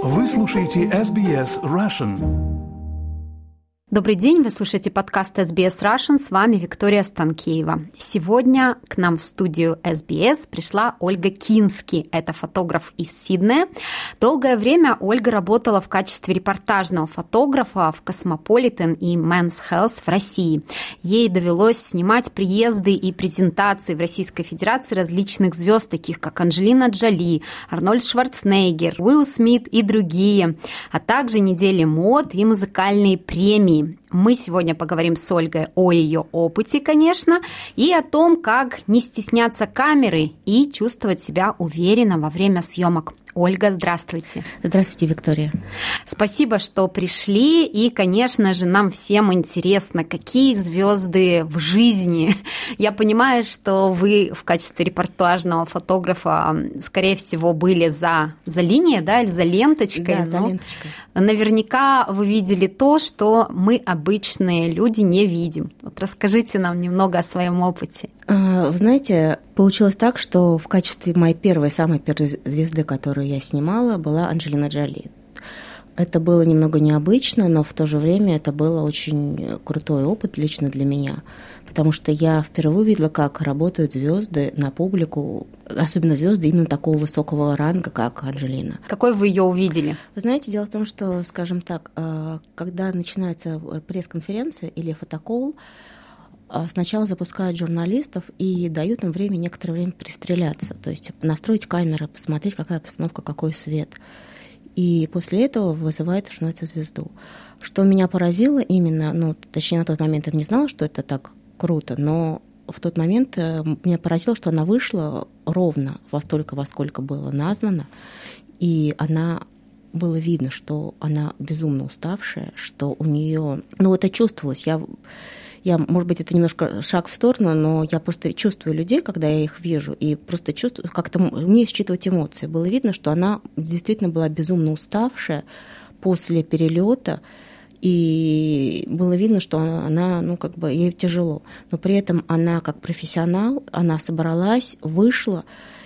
Вы слушаете SBS Russian. Добрый день, вы слушаете подкаст SBS Russian, с вами Виктория Станкеева. Сегодня к нам в студию SBS пришла Ольга Кински, это фотограф из Сиднея. Долгое время Ольга работала в качестве репортажного фотографа в Cosmopolitan и Men's Health в России. Ей довелось снимать приезды и презентации в Российской Федерации различных звезд, таких как Анджелина Джоли, Арнольд Шварценеггер, Уилл Смит и другие, а также недели мод и музыкальные премии. Мы сегодня поговорим с Ольгой о ее опыте, конечно, и о том, как не стесняться камеры и чувствовать себя уверенно во время съемок. Ольга, здравствуйте. Здравствуйте, Виктория. Спасибо, что пришли. И, конечно же, нам всем интересно, какие звезды в жизни. Я понимаю, что вы в качестве репортажного фотографа, скорее всего, были за линией, да, или за ленточкой. Да, за ленточкой. Наверняка вы видели то, что мы, обычные люди, не видим. Вот расскажите нам немного о своем опыте. Вы знаете, получилось так, что в качестве моей самой первой звезды, которую я снимала, была Анджелина Джоли. Это было немного необычно, но в то же время это был очень крутой опыт лично для меня, потому что я впервые видела, как работают звезды на публику, особенно звезды именно такого высокого ранга, как Анджелина. Какой вы ее увидели? Вы знаете, дело в том, что, скажем так, когда начинается пресс-конференция или фотокол, сначала запускают журналистов и дают им некоторое время пристреляться, то есть настроить камеры, посмотреть, какая постановка, какой свет. И после этого вызывает, что называется, звезду. Что меня поразило именно, точнее, на тот момент я не знала, что это так круто, но в тот момент меня поразило, что она вышла ровно во сколько было названо, и было видно, что она безумно уставшая, что у нее, это чувствовалось. Я, может быть, это немножко шаг в сторону, но я просто чувствую людей, когда я их вижу, и просто чувствую, как-то умею считывать эмоции. Было видно, что она действительно была безумно уставшая после перелета, и было видно, что она, ей тяжело. Но при этом она, как профессионал, она собралась, вышла,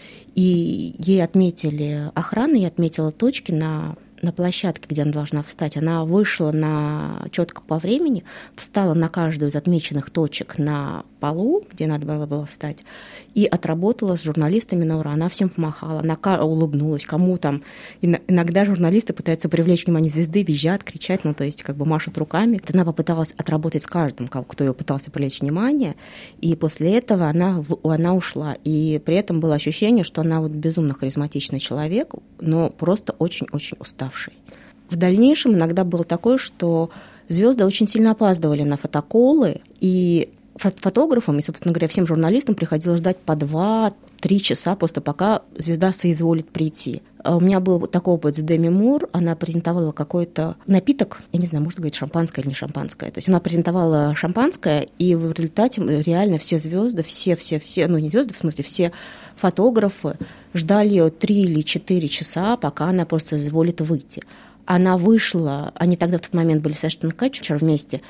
и ей отметили охрана, ей отметила точки на площадке, где она должна встать. Она вышла четко по времени, встала на каждую из отмеченных точек на полу, где надо было встать, и отработала с журналистами на ура. Она всем помахала, она улыбнулась, кому там. Иногда журналисты пытаются привлечь внимание звезды, визжат, кричат, машут руками. Она попыталась отработать с каждым, кто ее пытался привлечь внимание, и после этого она ушла. И при этом было ощущение, что она безумно харизматичный человек, но просто очень-очень уставший. В дальнейшем иногда было такое, что звезды очень сильно опаздывали на фотоколы, и фотографам и, собственно говоря, всем журналистам приходилось ждать по 2-3 часа просто пока звезда соизволит прийти. У меня был такой опыт с Деми Мур. Она презентовала какой-то напиток, я не знаю, можно говорить шампанское или не шампанское. То есть она презентовала шампанское, и в результате реально все звезды, все, не звезды, в смысле, все фотографы ждали ее 3 или 4 часа, пока она просто соизволит выйти. Она вышла, они тогда в тот момент были с Эштон Катчер вместе,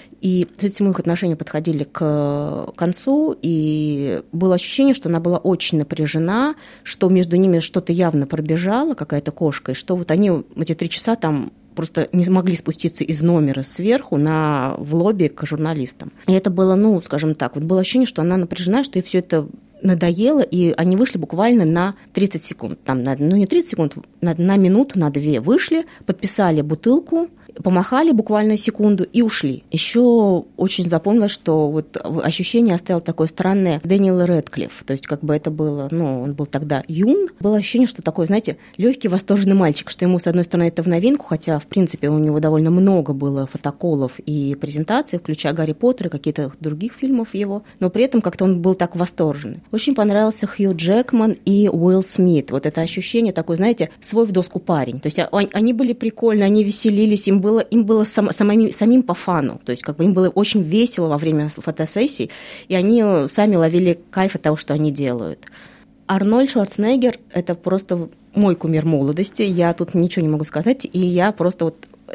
и всему их отношения подходили к концу, и было ощущение, что она была очень напряжена, что между ними что-то явно пробежало, какая-то кошка, и что они эти 3 часа там просто не смогли спуститься из номера сверху в лобби к журналистам. И это было, скажем так, было ощущение, что она напряжена, что ей все это надоело, и они вышли буквально на 30 секунд. Не 30 секунд, на минуту, на 2 вышли, подписали бутылку, помахали буквально секунду и ушли. Еще очень запомнилось, что ощущение оставил такое странное Дэниел Рэдклифф. То есть это было, он был тогда юн. Было ощущение, что такой, знаете, легкий восторженный мальчик, что ему, с одной стороны, это в новинку, хотя, в принципе, у него довольно много было фотоколов и презентаций, включая Гарри Поттера и какие-то других фильмов его, но при этом как-то он был так восторженный. Очень понравился Хью Джекман и Уилл Смит. Это ощущение такое, знаете, свой в доску парень. То есть они были прикольны, они веселились, им было самим по фану, то есть им было очень весело во время фотосессий, и они сами ловили кайф от того, что они делают. Арнольд Шварценеггер – это просто мой кумир молодости, я тут ничего не могу сказать, и я просто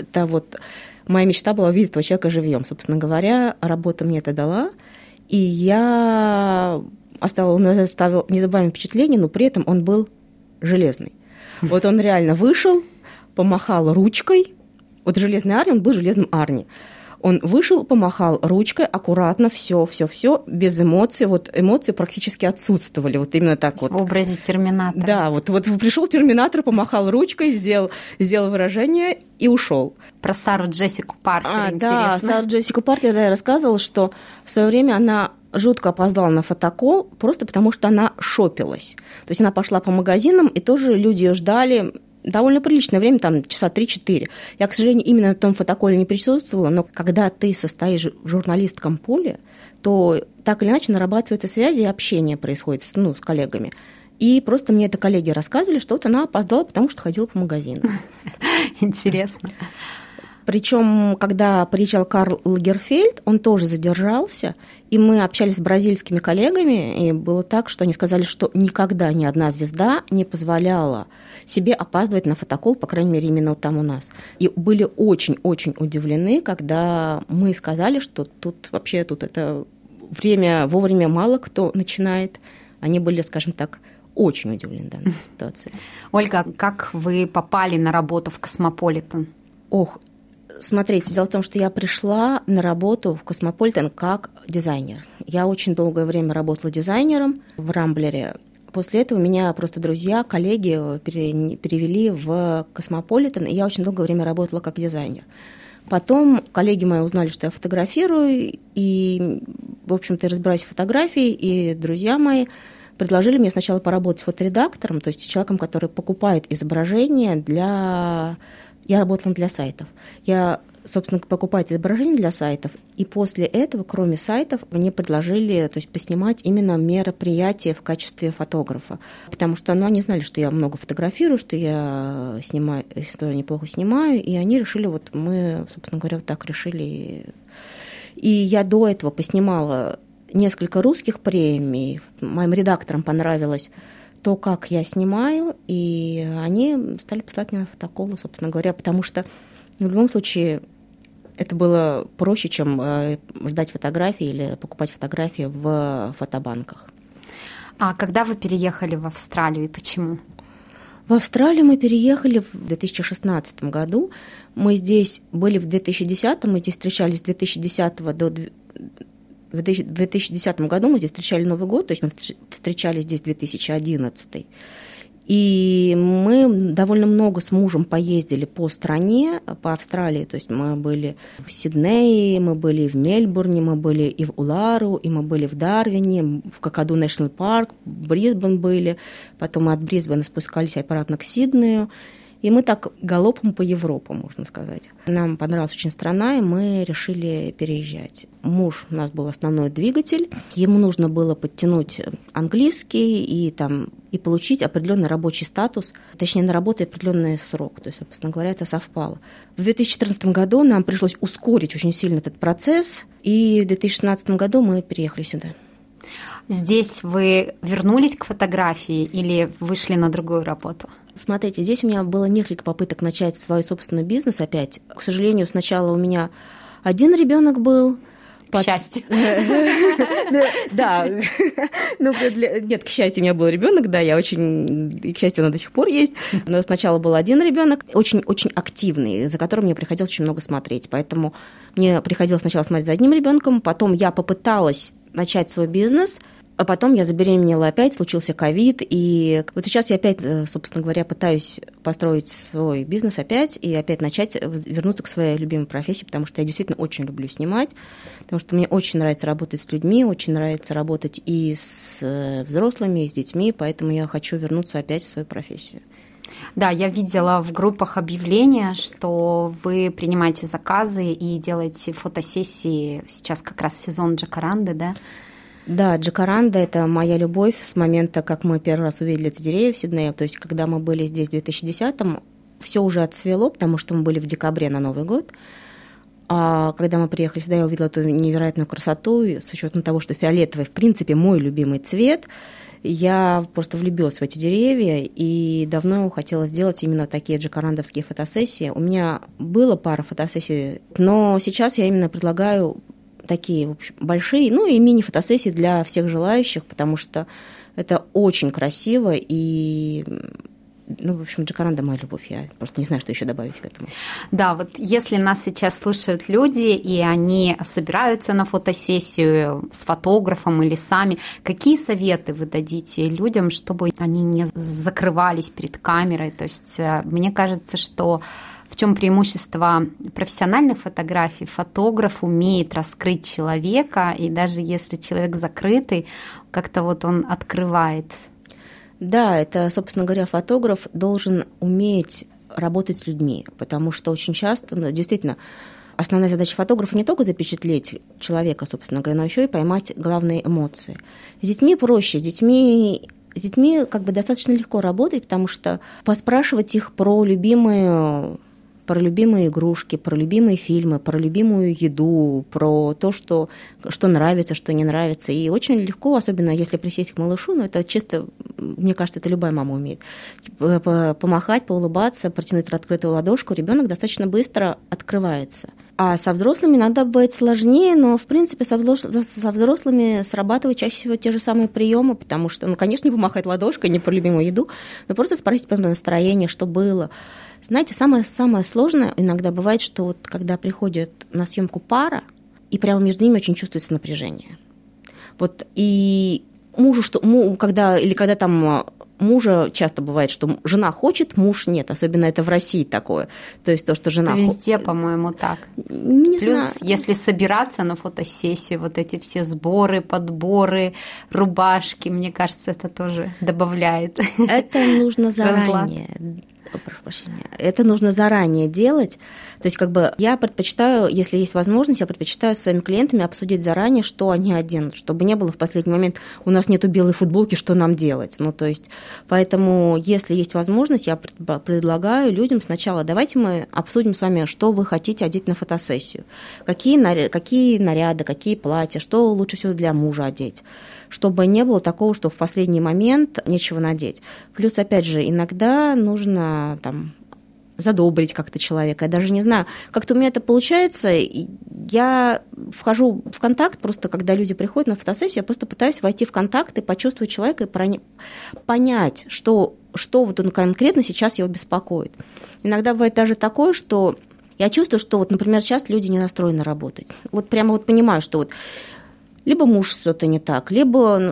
моя мечта была увидеть этого человека живьем. Собственно говоря, работа мне это дала, и он оставил незабываемое впечатление, но при этом он был железный. Он реально вышел, помахал ручкой. Вот железный Арни, он был железным Арни. Он вышел, помахал ручкой, аккуратно, все, без эмоций. Вот эмоции практически отсутствовали. Вот именно так вот. В образе Терминатора. Да, вот пришел Терминатор, помахал ручкой, сделал выражение и ушел. Про Сару Джессику Паркер интересно. Да, Сару Джессику Паркер, я рассказывала, что в свое время она жутко опоздала на фотокол, просто потому что она шопилась. То есть она пошла по магазинам, и тоже люди ее ждали довольно приличное время, там часа 3-4. Я, к сожалению, именно на том фотоколе не присутствовала, но когда ты состоишь в журналистском поле, то так или иначе нарабатываются связи и общение происходит с коллегами. И просто мне это коллеги рассказывали, что вот она опоздала, потому что ходила по магазинам. Интересно. Причем, когда приезжал Карл Лагерфельд, он тоже задержался, и мы общались с бразильскими коллегами, и было так, что они сказали, что никогда ни одна звезда не позволяла себе опаздывать на фотокол, по крайней мере, именно вот там у нас. И были очень-очень удивлены, когда мы сказали, что тут это время вовремя мало кто начинает. Они были, скажем так, очень удивлены данной ситуацией. Ольга, как вы попали на работу в Космополитен? Смотрите, дело в том, что я пришла на работу в Космополитен как дизайнер. Я очень долгое время работала дизайнером в Рамблере. После этого меня просто друзья, коллеги перевели в Космополитен, и я очень долгое время работала как дизайнер. Потом коллеги мои узнали, что я фотографирую, и, в общем-то, я разбираюсь в фотографии, и друзья мои предложили мне сначала поработать фоторедактором, то есть человеком, который покупает изображения для... Я работала для сайтов. Я, собственно, покупаю изображения для сайтов, и после этого, кроме сайтов, мне предложили, то есть, поснимать именно мероприятия в качестве фотографа, потому что они знали, что я много фотографирую, что я снимаю, что я неплохо снимаю, и они решили, вот мы, собственно говоря, вот так решили. И я до этого поснимала несколько русских премий, моим редакторам понравилось то, как я снимаю, и они стали посылать меня на фотоколы, собственно говоря, потому что в любом случае это было проще, чем ждать фотографии или покупать фотографии в фотобанках. А когда вы переехали в Австралию и почему? В Австралию мы переехали в 2016 году. Мы здесь были в 2010, мы здесь встречались с 2010 до... В 2010 году мы здесь встречали Новый год, то есть мы встречались здесь в 2011. И мы довольно много с мужем поездили по стране, по Австралии. То есть мы были в Сиднее, мы были в Мельбурне, мы были и в Улару, и мы были в Дарвине, в Какаду Нэшнл Парк, в Брисбен были. Потом мы от Брисбена спускались обратно к Сиднею. И мы так галопом по Европе, можно сказать. Нам понравилась очень страна, и мы решили переезжать. Муж у нас был основной двигатель. Ему нужно было подтянуть английский и получить определенный рабочий статус, точнее, на работу определенный срок. То есть, собственно говоря, это совпало. В 2014 году нам пришлось ускорить очень сильно этот процесс, и в 2016 году мы переехали сюда. Здесь вы вернулись к фотографии или вышли на другую работу? Смотрите, здесь у меня было несколько попыток начать свой собственный бизнес опять. К сожалению, сначала у меня один ребенок был. К счастью. Да. Нет, к счастью, у меня был ребенок, да, и, к счастью, он до сих пор есть. Но сначала был один ребенок, очень-очень активный, за которым мне приходилось очень много смотреть. Поэтому мне приходилось сначала смотреть за одним ребенком, потом я попыталась начать свой бизнес, а потом я забеременела опять, случился ковид, и вот сейчас я опять, собственно говоря, пытаюсь построить свой бизнес опять и опять вернуться к своей любимой профессии, потому что я действительно очень люблю снимать, потому что мне очень нравится работать с людьми, очень нравится работать и с взрослыми, и с детьми, поэтому я хочу вернуться опять в свою профессию. Да, я видела в группах объявления, что вы принимаете заказы и делаете фотосессии. Сейчас как раз сезон джакаранды, да? Да, джакаранда – это моя любовь с момента, как мы первый раз увидели эти деревья в Сиднее. То есть, когда мы были здесь в 2010-м, все уже отцвело, потому что мы были в декабре на Новый год. А когда мы приехали сюда, я увидела эту невероятную красоту, и с учетом того, что фиолетовый, в принципе, мой любимый цвет, я просто влюбилась в эти деревья и давно хотела сделать именно такие джакарандовские фотосессии. У меня было пара фотосессий, но сейчас я именно предлагаю такие, в общем, большие, и мини-фотосессии для всех желающих, потому что это очень красиво, и Ну, в общем, Джакаранда – моя любовь, я просто не знаю, что еще добавить к этому. Да, вот если нас сейчас слушают люди, и они собираются на фотосессию с фотографом или сами, какие советы вы дадите людям, чтобы они не закрывались перед камерой? То есть мне кажется, что в чем преимущество профессиональных фотографий? Фотограф умеет раскрыть человека, и даже если человек закрытый, как-то вот он открывает. Да, это, собственно говоря, фотограф должен уметь работать с людьми, потому что очень часто, действительно, основная задача фотографа не только запечатлеть человека, собственно говоря, но еще и поймать главные эмоции. С детьми проще, с детьми как бы достаточно легко работать, потому что поспрашивать их про любимые игрушки, про любимые фильмы, про любимую еду, про то, что нравится, что не нравится. И очень легко, особенно если присесть к малышу, но это чисто, мне кажется, это любая мама умеет, помахать, поулыбаться, протянуть открытую ладошку, ребенок достаточно быстро открывается. А со взрослыми иногда бывает сложнее, но, в принципе, со взрослыми срабатывают чаще всего те же самые приемы, потому что, конечно, не помахать ладошкой, не про любимую еду, но просто спросить про настроение, что было. Знаете, самое сложное иногда бывает, что вот когда приходит на съемку пара, и прямо между ними очень чувствуется напряжение. Вот и когда там мужа часто бывает, что жена хочет, муж нет. Особенно это в России такое. То есть то, что жена... Это везде, по-моему, так. Не Плюс, знаю. если собираться на фотосессию, вот эти все сборы, подборы, рубашки, мне кажется, это тоже добавляет. Это нужно заранее. Прошу прощения. Это нужно заранее делать. То есть как бы я предпочитаю, если есть возможность, я предпочитаю с своими клиентами обсудить заранее, что они оденут, чтобы не было в последний момент у нас нету белой футболки, что нам делать. Ну, то есть, поэтому, если есть возможность, я предлагаю людям сначала, давайте мы обсудим с вами, что вы хотите одеть на фотосессию, какие наряды, какие платья, что лучше всего для мужа одеть, чтобы не было такого, что в последний момент нечего надеть. Плюс, опять же, иногда нужно там задобрить как-то человека. Я даже не знаю, как-то у меня это получается. Я вхожу в контакт, просто когда люди приходят на фотосессию, я просто пытаюсь войти в контакт и почувствовать человека, и понять, что вот он конкретно сейчас его беспокоит. Иногда бывает даже такое, что я чувствую, что вот, например, сейчас люди не настроены работать. Вот прямо вот понимаю, что вот либо муж что-то не так, либо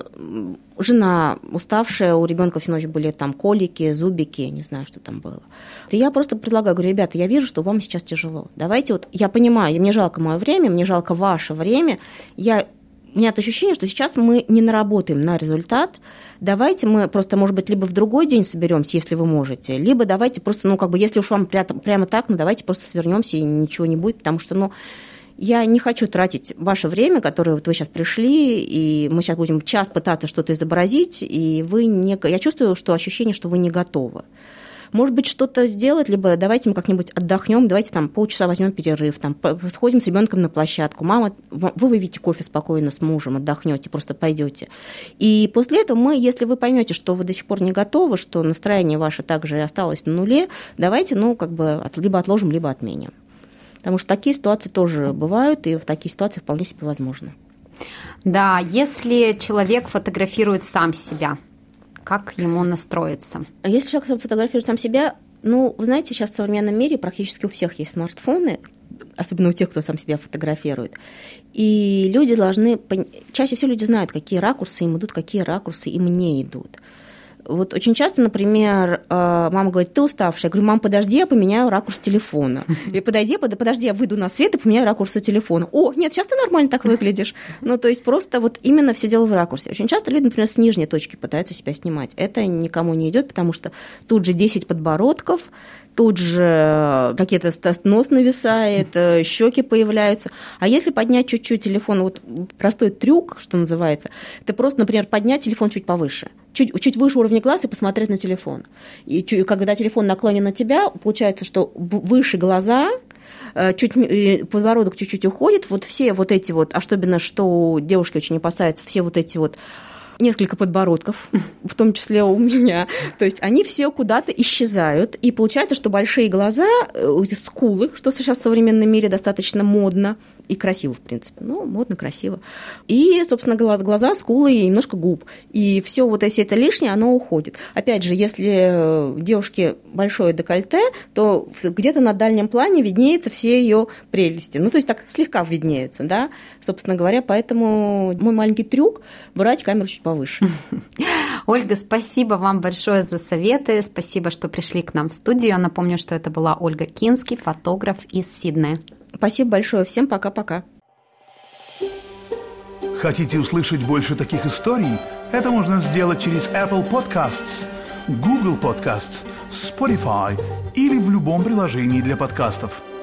жена уставшая, у ребенка всю ночь были там колики, зубики, не знаю, что там было. И я просто предлагаю, говорю, ребята, я вижу, что вам сейчас тяжело. Давайте вот, я понимаю, мне жалко мое время, мне жалко ваше время, у меня ощущение, что сейчас мы не наработаем на результат. Давайте мы просто, может быть, либо в другой день соберемся, если вы можете, либо давайте просто, если уж вам прямо так, давайте просто свернемся и ничего не будет, потому что, я не хочу тратить ваше время, которое вот вы сейчас пришли, и мы сейчас будем час пытаться что-то изобразить, и я чувствую, что ощущение, что вы не готовы. Может быть, что-то сделать, либо давайте мы как-нибудь отдохнем, давайте там полчаса возьмем перерыв, там сходим с ребенком на площадку. Мама, вы выпьете кофе спокойно с мужем, отдохнете, просто пойдете. И после этого если вы поймете, что вы до сих пор не готовы, что настроение ваше также осталось на нуле, давайте, либо отложим, либо отменим. Потому что такие ситуации тоже бывают, и в такие ситуации вполне себе возможно. Да, если человек фотографирует сам себя, как ему настроиться? Если человек фотографирует сам себя, вы знаете, сейчас в современном мире практически у всех есть смартфоны, особенно у тех, кто сам себя фотографирует. И люди чаще всего люди знают, какие ракурсы им идут, какие ракурсы им не идут. Вот очень часто, например, мама говорит, ты уставшая. Я говорю, мам, подожди, я поменяю ракурс телефона. И подожди, я выйду на свет и поменяю ракурс телефона. О, нет, сейчас ты нормально так выглядишь. То есть просто вот именно все дело в ракурсе. Очень часто люди, например, с нижней точки пытаются себя снимать. Это никому не идет, потому что тут же 10 подбородков, тут же какие-то нос нависает, щеки появляются. А если поднять чуть-чуть телефон, вот простой трюк, что называется, это просто, например, поднять телефон чуть повыше. Чуть выше уровня глаз и посмотреть на телефон. И когда телефон наклонен на тебя, получается, что выше глаза, подбородок чуть-чуть уходит, вот все вот эти вот, особенно что девушки очень опасаются, все вот эти вот несколько подбородков, в том числе у меня. То есть они все куда-то исчезают, и получается, что большие глаза, скулы, что сейчас в современном мире достаточно модно и красиво, в принципе. Ну, модно, красиво. И, собственно, глаза, скулы и немножко губ. И все это лишнее, оно уходит. Опять же, если девушке большое декольте, то где-то на дальнем плане виднеется все ее прелести. Ну, то есть так слегка виднеются, да, собственно говоря. Поэтому мой маленький трюк – брать камеру чуть повыше. Ольга, спасибо вам большое за советы. Спасибо, что пришли к нам в студию. Напомню, что это была Ольга Кински, фотограф из Сиднея. Спасибо большое. Всем пока-пока. Хотите услышать больше таких историй? Это можно сделать через Apple Podcasts, Google Podcasts, Spotify или в любом приложении для подкастов.